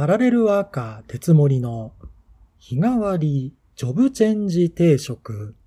パラレルワーカー鉄森の日替わりジョブチェンジ定食。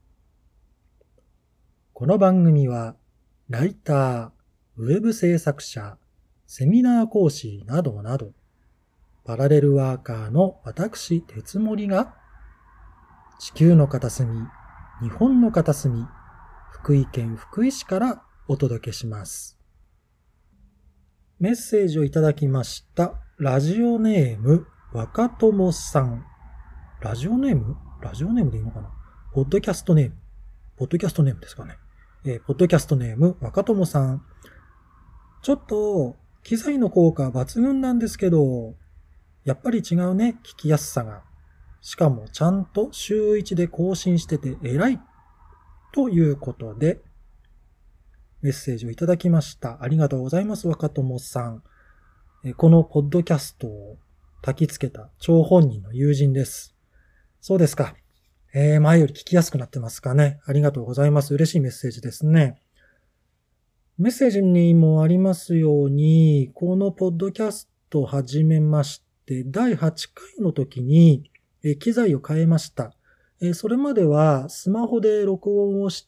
この番組はライター、ウェブ制作者、セミナー講師などなどパラレルワーカーの私鉄森が地球の片隅、日本の片隅、福井県福井市からお届けします。メッセージをいただきました。ラジオネーム若友さん。ラジオネームでいいのかな。ポッドキャストネームですかね。ポッドキャストネーム若友さん。ちょっと機材の効果抜群なんですけど、やっぱり違うね、聞きやすさが。しかもちゃんと週1で更新してて偉いということでメッセージをいただきました。ありがとうございます、若友さん。このポッドキャストを焚きつけた張本人の友人です。そうですか。前より聞きやすくなってますかね。ありがとうございます。嬉しいメッセージですね。メッセージにもありますように、このポッドキャストを始めまして、第8回の時に機材を変えました。それまではスマホで録音をして、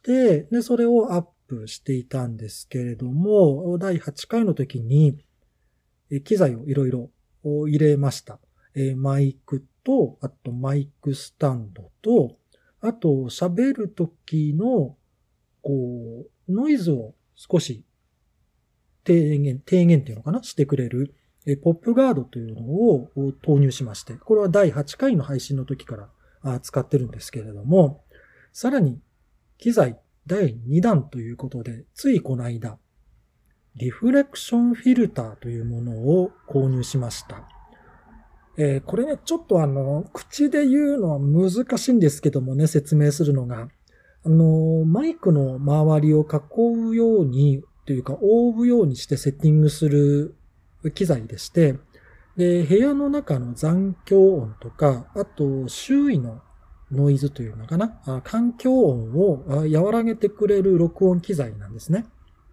でそれをアップしていたんですけれども、第8回の時に機材をいろいろ入れました。マイクと、あとマイクスタンドと、あと喋る時のノイズを少し低減っていうのかなしてくれるポップガードというのを投入しまして、これは第8回の配信の時から使ってるんですけれども、さらに機材第2弾ということで、ついこの間、リフレクションフィルターというものを購入しました。これね、ちょっと口で言うのは難しいんですけどもね、説明するのが。マイクの周りを囲うように、というか覆うようにしてセッティングする機材でして、で、部屋の中の残響音とか、あと周囲のノイズというのかな、環境音を和らげてくれる録音機材なんですね。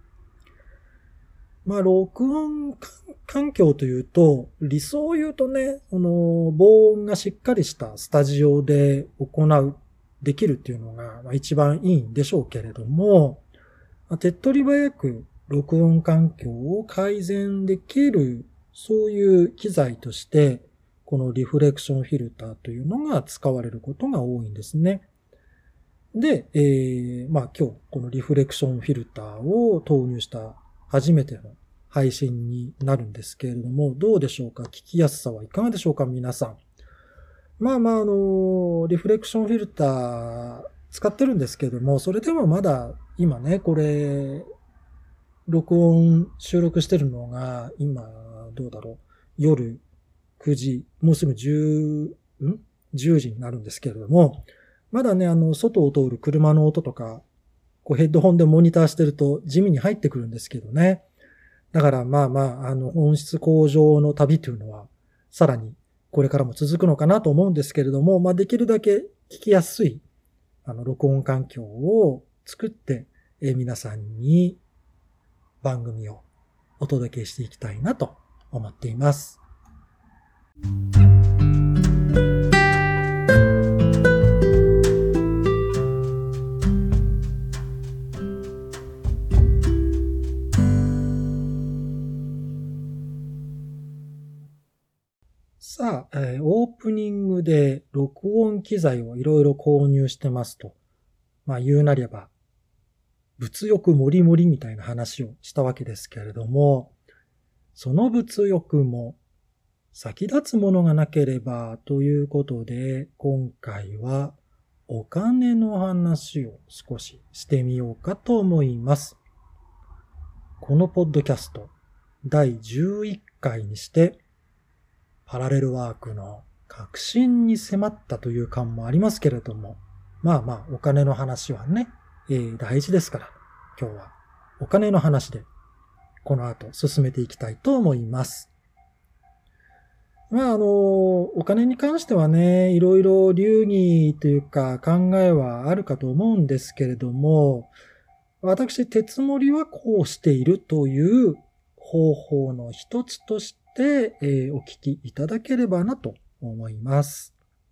録音環境というと、理想を言うとね、防音がしっかりしたスタジオでできるっていうのが一番いいんでしょうけれども、手っ取り早く録音環境を改善できる、そういう機材として、このリフレクションフィルターというのが使われることが多いんですね。で、今日このリフレクションフィルターを投入した初めての配信になるんですけれども、どうでしょうか？聞きやすさはいかがでしょうか？皆さん。リフレクションフィルター使ってるんですけども、それでもまだ今ね、これ、収録してるのが、今、どうだろう。夜9時、もうすぐ10時になるんですけれども、まだね、外を通る車の音とか、ヘッドホンでモニターしてると地味に入ってくるんですけどね。だから音質向上の旅というのは、さらにこれからも続くのかなと思うんですけれども、できるだけ聞きやすい、録音環境を作って、皆さんに番組をお届けしていきたいなと思っています。さあ、オープニングで録音機材をいろいろ購入してますと。言うなれば、物欲もりもりみたいな話をしたわけですけれども、その物欲も先立つものがなければということで、今回はお金の話を少ししてみようかと思います。このポッドキャスト第11回にして、パラレルワークの革新に迫ったという感もありますけれども、お金の話はね、大事ですから、今日はお金の話で、この後進めていきたいと思います。お金に関してはね、いろいろ流儀というか考えはあるかと思うんですけれども、私、鉄森はこうしているという方法の一つとして、お聞きいただければなと思います。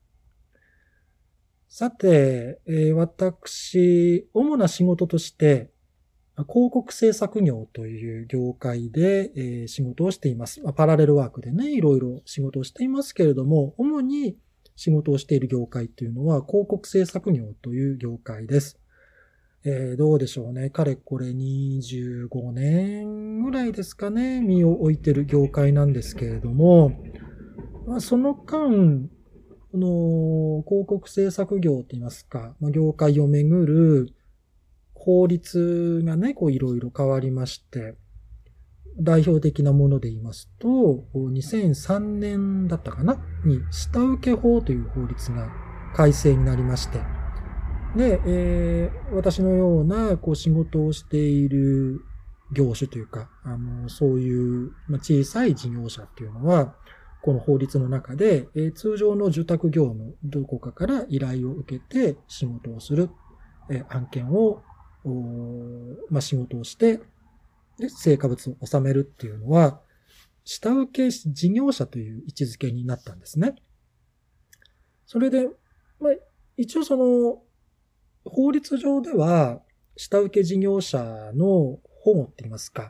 さて、私、主な仕事として、広告制作業という業界で、仕事をしています。パラレルワークでね、いろいろ仕事をしていますけれども、主に仕事をしている業界というのは広告制作業という業界です。どうでしょうね。かれこれ25年ぐらいですかね、身を置いている業界なんですけれども、その間、広告制作業といいますか、業界をめぐる法律がね、いろいろ変わりまして、代表的なもので言いますと、2003年だったかなに、下請法という法律が改正になりまして、で、私のような仕事をしている業種というか、そういう小さい事業者っていうのは、この法律の中で、通常の受託業務、どこかから依頼を受けて仕事をする、案件を、仕事をして、で、成果物を納めるっていうのは、下請け事業者という位置づけになったんですね。それで、一応法律上では、下請け事業者の保護って言いますか、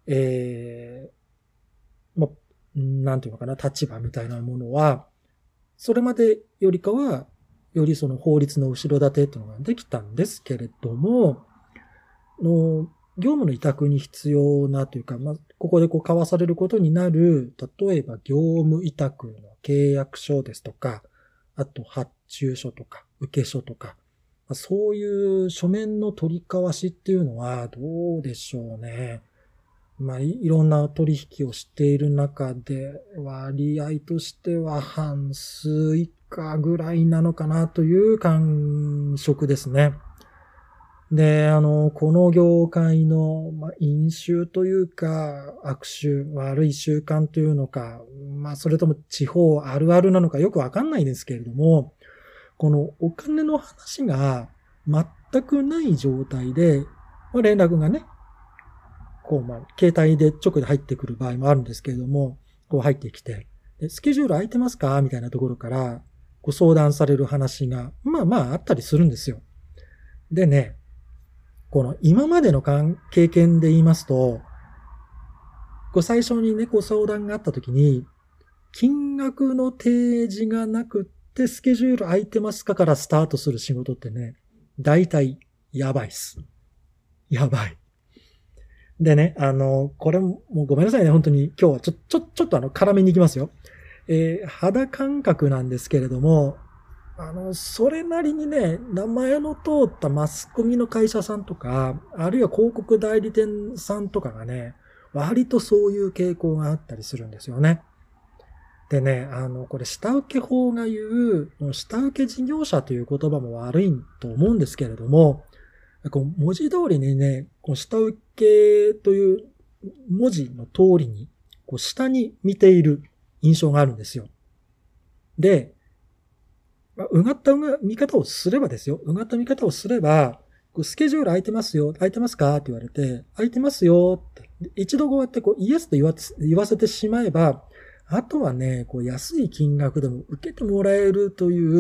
なんていうのかな、立場みたいなものは、それまでよりかは、よりその法律の後ろ盾というのができたんですけれども、業務の委託に必要なというか、ここで交わされることになる、例えば業務委託の契約書ですとか、あと発注書とか、受け書とか、そういう書面の取り交わしっていうのはどうでしょうね。いろんな取引をしている中で割合としては半数以下ぐらいなのかなという感触ですね。で、この業界の、飲酒というか、悪習、悪い習慣というのか、それとも地方あるあるなのかよくわかんないですけれども、このお金の話が全くない状態で、連絡がね、携帯で直で入ってくる場合もあるんですけれども、入ってきて、スケジュール空いてますかみたいなところから、相談される話が、あったりするんですよ。でね、今までの経験で言いますと、最初にね、相談があった時に、金額の提示がなくって、スケジュール空いてますかからスタートする仕事ってね、大体、やばいっす。やばい。でね、これもごめんなさいね、本当に今日はちょっと絡めに行きますよ。肌感覚なんですけれども、それなりにね、名前の通ったマスコミの会社さんとか、あるいは広告代理店さんとかがね、割とそういう傾向があったりするんですよね。でね、これ下請け法が言う、下請け事業者という言葉も悪いと思うんですけれども、文字通りにね、下請けという文字の通りに、下に見ている印象があるんですよ。で、うがった見方をすればですよ。うがった見方をすれば、スケジュール空いてますよ。空いてますかって言われて、空いてますよって。一度こうやってイエスと言わせてしまえば、あとはね、安い金額でも受けてもらえるという、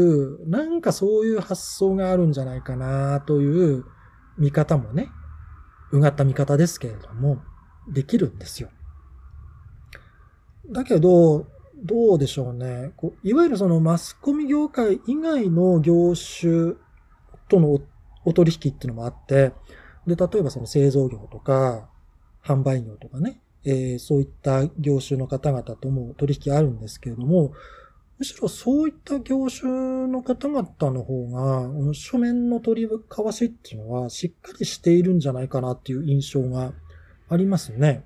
なんかそういう発想があるんじゃないかなという見方もね、うがった見方ですけれども、できるんですよ。だけど、どうでしょうね。いわゆるそのマスコミ業界以外の業種とのお取引っていうのもあって、で、例えばその製造業とか、販売業とかね、そういった業種の方々とも取引あるんですけれども、むしろそういった業種の方々の方が、書面の取り交わしっていうのはしっかりしているんじゃないかなっていう印象がありますね。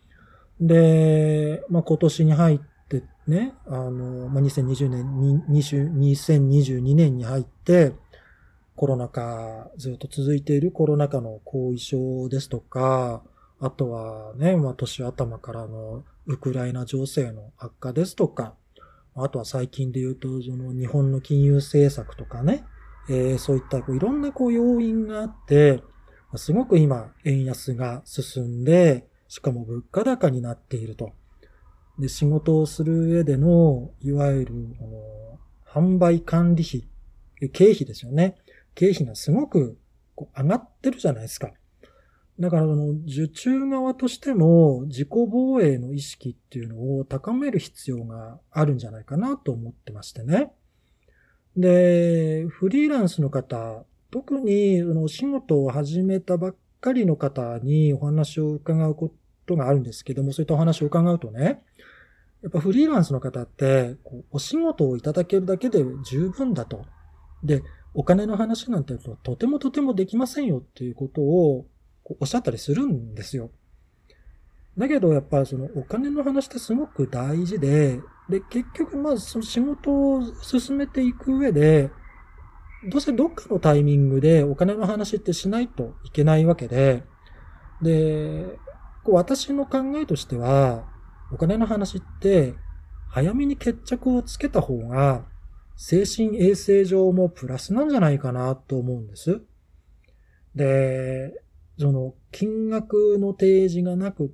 で、今年に入ってね、2020年、2022年に入って、コロナ禍、ずっと続いているコロナ禍の後遺症ですとか、あとはね、年頭からのウクライナ情勢の悪化ですとか、あとは最近で言うと、その日本の金融政策とかね、そういったいろんな要因があって、すごく今、円安が進んで、しかも物価高になっていると。 で、仕事をする上での、いわゆる、販売管理費、経費ですよね。経費がすごく上がってるじゃないですか。だから、受注側としても、自己防衛の意識っていうのを高める必要があるんじゃないかなと思ってましてね。で、フリーランスの方、特にお仕事を始めたばっかりの方にお話を伺うことがあるんですけども、そういったお話を伺うとね、やっぱフリーランスの方って、お仕事をいただけるだけで十分だと。で、お金の話なんてとてもとてもできませんよっていうことをおっしゃったりするんですよ。だけどやっぱそのお金の話ってすごく大事で、結局まずその仕事を進めていく上で、どうせどっかのタイミングでお金の話ってしないといけないわけで、で、私の考えとしては、お金の話って早めに決着をつけた方が精神衛生上もプラスなんじゃないかなと思うんです。で、その金額の提示がなくって、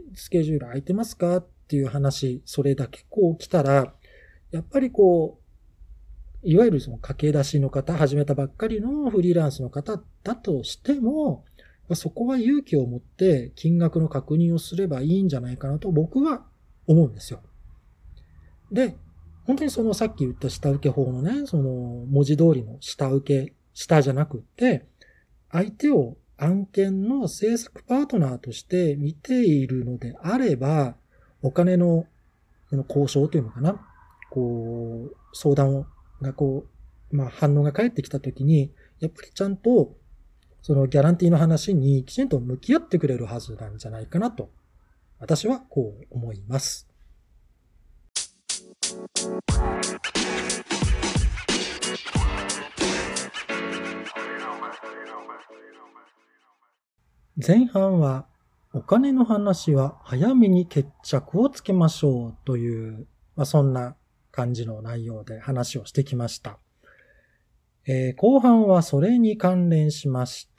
スケジュール空いてますかっていう話、それだけ来たら、やっぱりいわゆるその駆け出しの方、始めたばっかりのフリーランスの方だとしても、そこは勇気を持って金額の確認をすればいいんじゃないかなと僕は思うんですよ。で、本当にそのさっき言った下請け法のね、その文字通りの下請け、下じゃなくって、相手を案件の制作パートナーとして見ているのであれば、お金の交渉というのかな、相談が反応が返ってきたときに、やっぱりちゃんと、そのギャランティーの話にきちんと向き合ってくれるはずなんじゃないかなと、私はこう思います。前半は、お金の話は早めに決着をつけましょうという、そんな感じの内容で話をしてきました。後半はそれに関連しまして、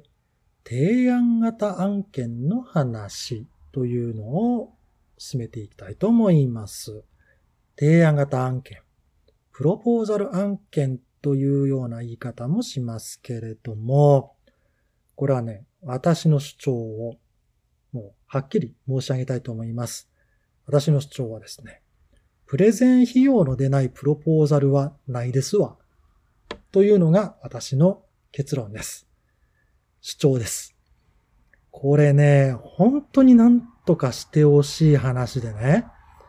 提案型案件の話というのを進めていきたいと思います。提案型案件、プロポーザル案件というような言い方もしますけれども、これはね、私の主張をもうはっきり申し上げたいと思います。私の主張はですね、プレゼン費用の出ないプロポーザルはないですわ。というのが私の結論です。主張です。これね、本当になんとかしてほしい話でね、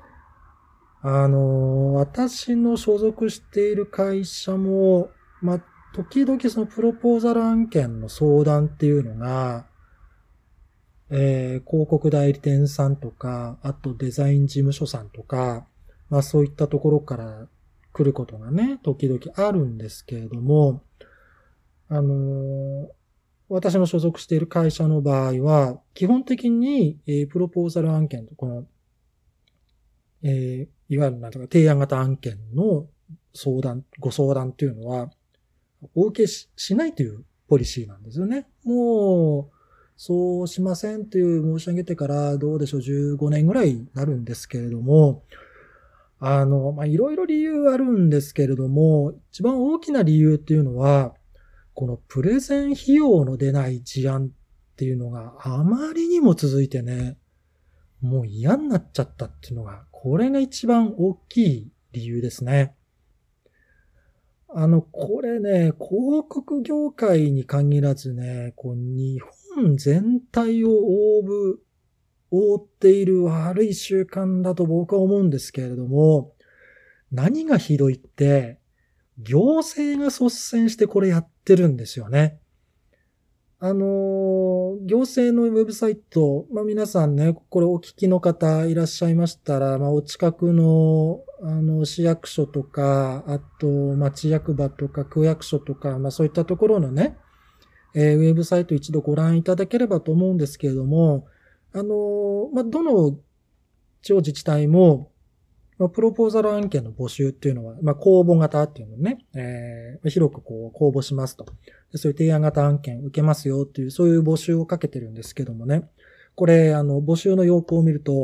私の所属している会社も、時々そのプロポーザル案件の相談っていうのが、広告代理店さんとか、あとデザイン事務所さんとか、そういったところから来ることがね、時々あるんですけれども、私の所属している会社の場合は、基本的に、プロポーザル案件と、いわゆる提案型案件のご相談っていうのは、お受けしないというポリシーなんですよね。もう、そうしませんという申し上げてからどうでしょう、15年ぐらいになるんですけれども、いろいろ理由あるんですけれども、一番大きな理由っていうのは、このプレゼン費用の出ない事案っていうのがあまりにも続いてね、もう嫌になっちゃったっていうのが、これが一番大きい理由ですね。これね、広告業界に限らずね、日本全体を覆っている悪い習慣だと僕は思うんですけれども、何がひどいって、行政が率先してこれやってるんですよね。行政のウェブサイト、皆さんね、これお聞きの方いらっしゃいましたら、お近くの、市役所とか、あと、町役場とか、区役所とか、そういったところのね、ウェブサイト一度ご覧いただければと思うんですけれども、どの地方自治体も、プロポーザル案件の募集っていうのは、公募型っていうのをね、広く公募しますと。そういう提案型案件受けますよっていう、そういう募集をかけてるんですけどもね。これ、募集の要項を見ると、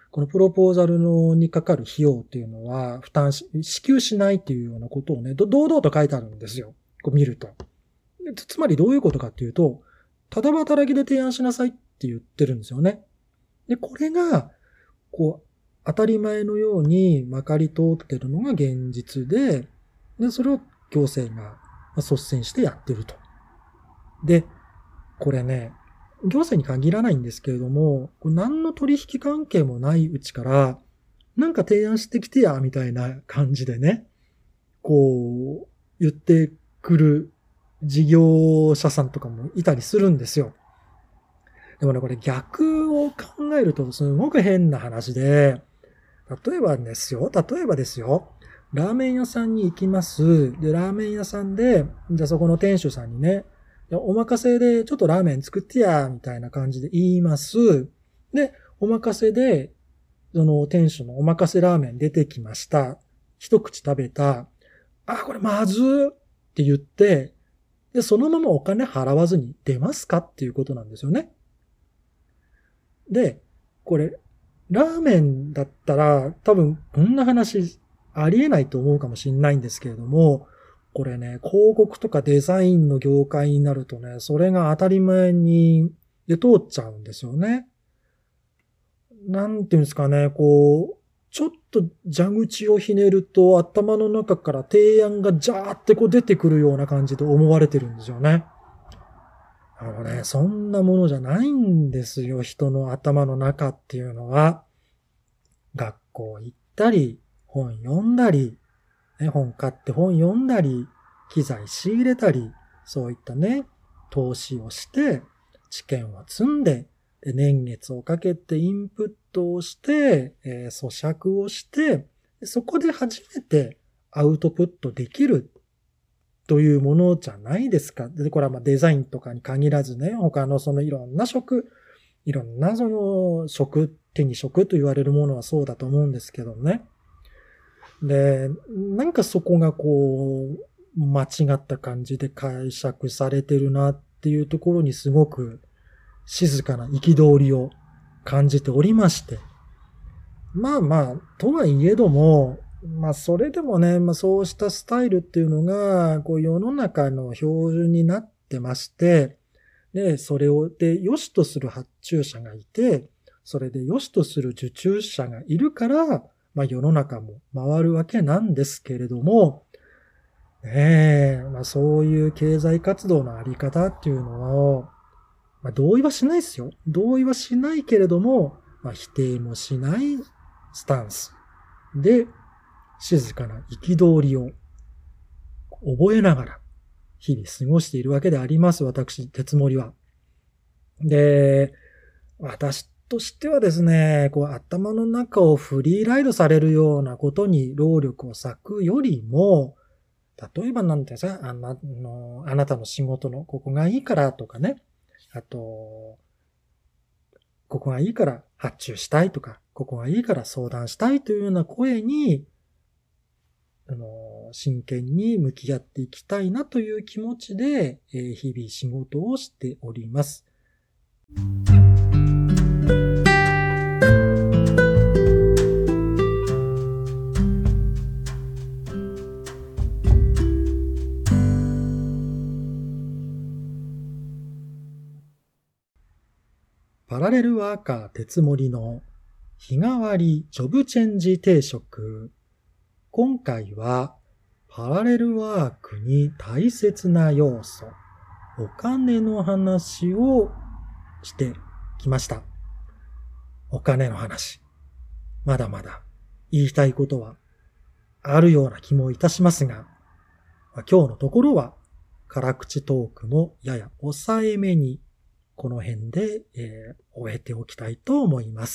このプロポーザルにかかる費用っていうのは支給しないっていうようなことをね、堂々と書いてあるんですよ。こう見ると。つまりどういうことかっていうと、ただ働きで提案しなさいって言ってるんですよね。で、これが、当たり前のようにまかり通ってるのが現実で、それを行政が率先してやってると。で、これね、行政に限らないんですけれども、何の取引関係もないうちから、なんか提案してきてや、みたいな感じでね、言ってくる事業者さんとかもいたりするんですよ。でもね、これ逆を考えるとすごく変な話で、例えばですよ、ラーメン屋さんに行きます。で、ラーメン屋さんで、じゃあそこの店主さんにね、お任せでちょっとラーメン作ってや、みたいな感じで言います。で、お任せで、その店主のお任せラーメン出てきました。一口食べた。これまずーって言って、で、そのままお金払わずに出ますかっていうことなんですよね。で、これ、ラーメンだったら多分こんな話ありえないと思うかもしれないんですけれども、これね、広告とかデザインの業界になるとね、それが当たり前に通っちゃうんですよね。なんていうんですかね、ちょっと蛇口をひねると頭の中から提案がジャーって出てくるような感じで思われてるんですよね。そんなものじゃないんですよ、人の頭の中っていうのは。学校行ったり、本読んだり、本買って本読んだり、機材仕入れたり、そういったね、投資をして、知見を積んで、年月をかけてインプットをして、咀嚼をして、そこで初めてアウトプットできるというものじゃないですか。で、これはデザインとかに限らずね、他のいろんな手に職と言われるものはそうだと思うんですけどね。で、なんかそこが間違った感じで解釈されてるなっていうところにすごく静かな憤りを感じておりまして。とはいえども、それでもね、そうしたスタイルっていうのが、世の中の標準になってまして、で、それで良しとする発注者がいて、それで良しとする受注者がいるから、世の中も回るわけなんですけれども、そういう経済活動のあり方っていうのを、同意はしないですよ。同意はしないけれども、否定もしないスタンスで、静かな憤りを覚えながら、日々過ごしているわけであります、私、鉄森は。で、私としてはですね、頭の中をフリーライドされるようなことに労力を割くよりも、例えばなんてさ、あなたの仕事のここがいいからとかね、あと、ここがいいから発注したいとか、ここがいいから相談したいというような声に、真剣に向き合っていきたいなという気持ちで、日々仕事をしております。パラレルワーカー鉄森の日替わりジョブチェンジ定食。今回はパラレルワークに大切な要素、お金の話をしてきました。お金の話。まだまだ言いたいことはあるような気もいたしますが、今日のところは辛口トークもやや抑えめにこの辺で、終えておきたいと思います。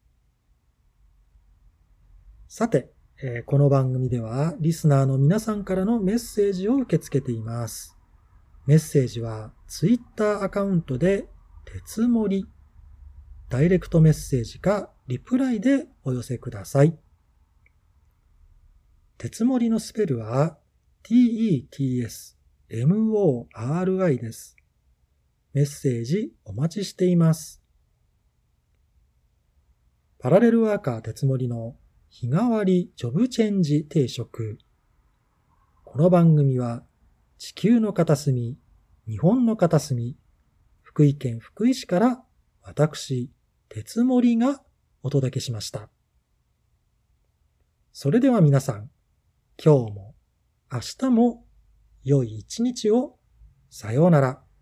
さて、この番組ではリスナーの皆さんからのメッセージを受け付けています。メッセージはツイッターアカウントで鉄森、ダイレクトメッセージかリプライでお寄せください。鉄森のスペルは TETSMORI です。メッセージお待ちしています。 パラレルワーカー鉄森の日替わりジョブチェンジ定食。この番組は地球の片隅、日本の片隅、福井県福井市から私、鉄森がお届けしました。それでは皆さん、今日も明日も良い一日を。さようなら。